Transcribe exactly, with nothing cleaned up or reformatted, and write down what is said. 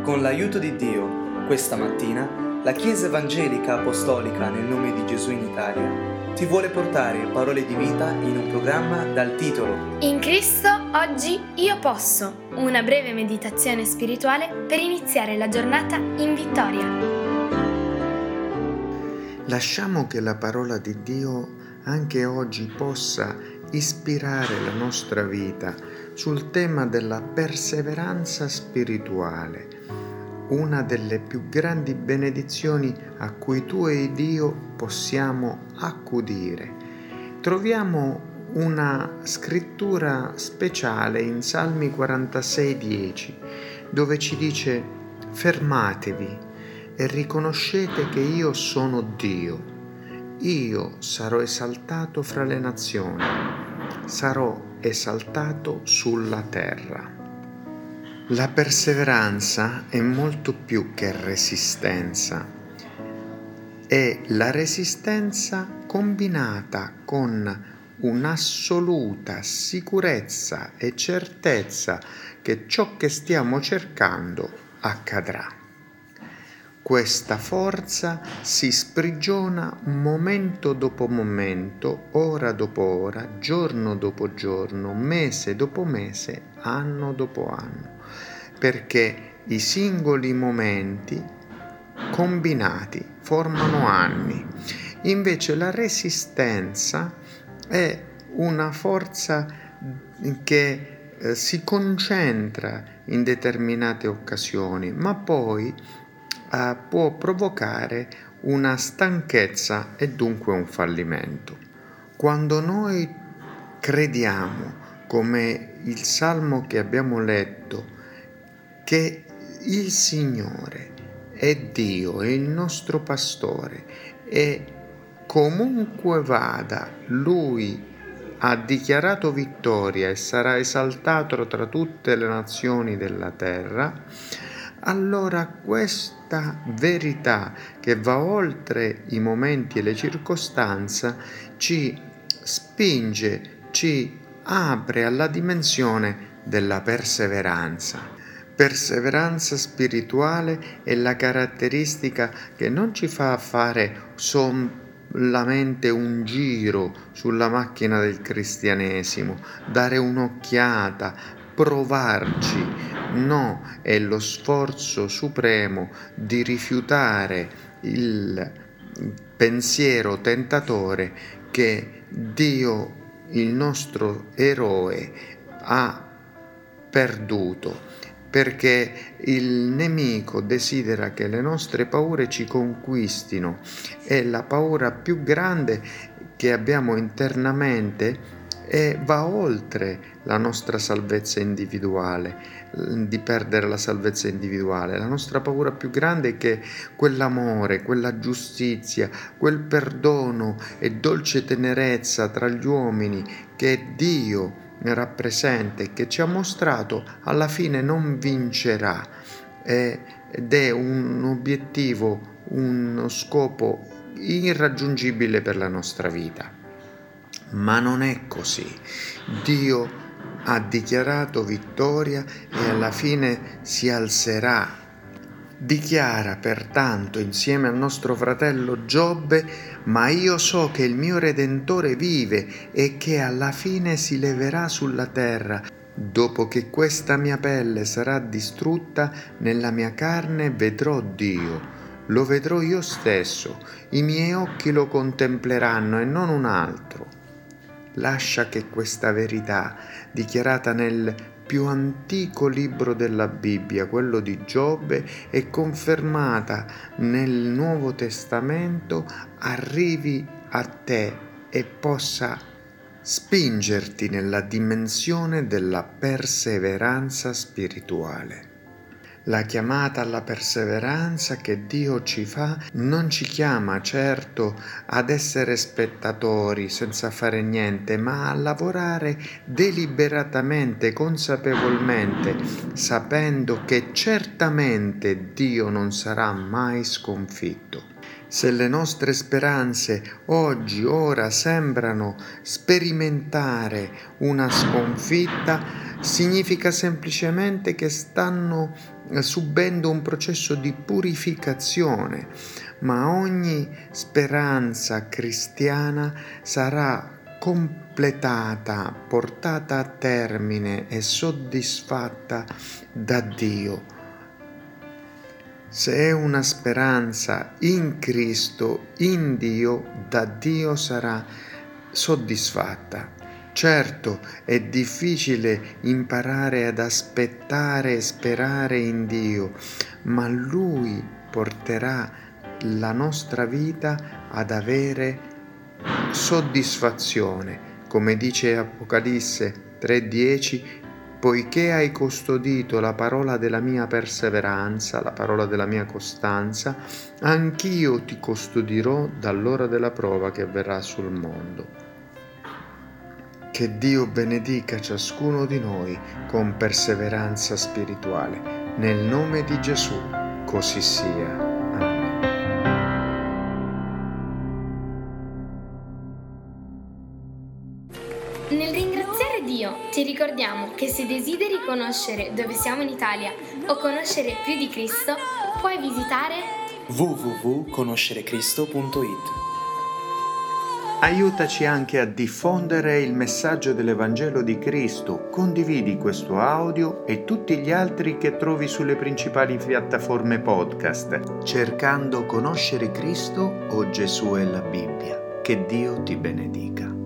Con l'aiuto di Dio, questa mattina, la Chiesa Evangelica Apostolica nel nome di Gesù in Italia ti vuole portare parole di vita in un programma dal titolo In Cristo oggi io posso, una breve meditazione spirituale per iniziare la giornata in vittoria. Lasciamo che la parola di Dio anche oggi possa ispirare la nostra vita sul tema della perseveranza spirituale, una delle più grandi benedizioni a cui tu e Dio possiamo accudire. Troviamo una scrittura speciale in Salmi quarantasei dieci, dove ci dice: fermatevi e riconoscete che io sono Dio. Io sarò esaltato fra le nazioni, sarò esaltato sulla terra. La perseveranza è molto più che resistenza. È la resistenza combinata con un'assoluta sicurezza e certezza che ciò che stiamo cercando accadrà. Questa forza si sprigiona momento dopo momento, ora dopo ora, giorno dopo giorno, mese dopo mese, anno dopo anno, perché i singoli momenti combinati formano anni. Invece la resistenza è una forza che eh, si concentra in determinate occasioni, ma poi Uh, può provocare una stanchezza e dunque un fallimento. Quando noi crediamo, come il salmo che abbiamo letto, che il Signore è Dio, è il nostro pastore e comunque vada, Lui ha dichiarato vittoria e sarà esaltato tra tutte le nazioni della terra, allora questa verità che va oltre i momenti e le circostanze ci spinge, ci apre alla dimensione della perseveranza. Perseveranza spirituale è la caratteristica che non ci fa fare solamente un giro sulla macchina del cristianesimo, dare un'occhiata, provarci. No, è lo sforzo supremo di rifiutare il pensiero tentatore che Dio, il nostro eroe, ha perduto, perché il nemico desidera che le nostre paure ci conquistino e la paura più grande che abbiamo internamente e va oltre la nostra salvezza individuale, di perdere la salvezza individuale. La nostra paura più grande è che quell'amore, quella giustizia, quel perdono e dolce tenerezza tra gli uomini che Dio rappresenta e che ci ha mostrato, alla fine non vincerà ed è un obiettivo, uno scopo irraggiungibile per la nostra vita. Ma non è così. Dio ha dichiarato vittoria e alla fine si alzerà. Dichiara pertanto insieme al nostro fratello Giobbe: ma io so che il mio Redentore vive e che alla fine si leverà sulla terra. Dopo che questa mia pelle sarà distrutta, nella mia carne vedrò Dio. Lo vedrò io stesso, i miei occhi lo contempleranno e non un altro. Lascia che questa verità, dichiarata nel più antico libro della Bibbia, quello di Giobbe, e confermata nel Nuovo Testamento, arrivi a te e possa spingerti nella dimensione della perseveranza spirituale. La chiamata alla perseveranza che Dio ci fa non ci chiama certo ad essere spettatori senza fare niente, ma a lavorare deliberatamente, consapevolmente, sapendo che certamente Dio non sarà mai sconfitto. Se le nostre speranze oggi, ora, sembrano sperimentare una sconfitta, significa semplicemente che stanno subendo un processo di purificazione, ma ogni speranza cristiana sarà completata, portata a termine e soddisfatta da Dio. Se è una speranza in Cristo, in Dio, da Dio sarà soddisfatta. Certo, è difficile imparare ad aspettare e sperare in Dio, ma Lui porterà la nostra vita ad avere soddisfazione, come dice Apocalisse tre dieci, poiché hai custodito la parola della mia perseveranza, la parola della mia costanza, anch'io ti custodirò dall'ora della prova che verrà sul mondo. Che Dio benedica ciascuno di noi con perseveranza spirituale. Nel nome di Gesù, così sia. Nel ringraziare Dio ti ricordiamo che se desideri conoscere dove siamo in Italia o conoscere più di Cristo, puoi visitare w w w punto conoscere cristo punto i t. Aiutaci anche a diffondere il messaggio dell'Evangelo di Cristo. Condividi questo audio e tutti gli altri che trovi sulle principali piattaforme podcast, cercando Conoscere Cristo o Gesù e la Bibbia. Che Dio ti benedica.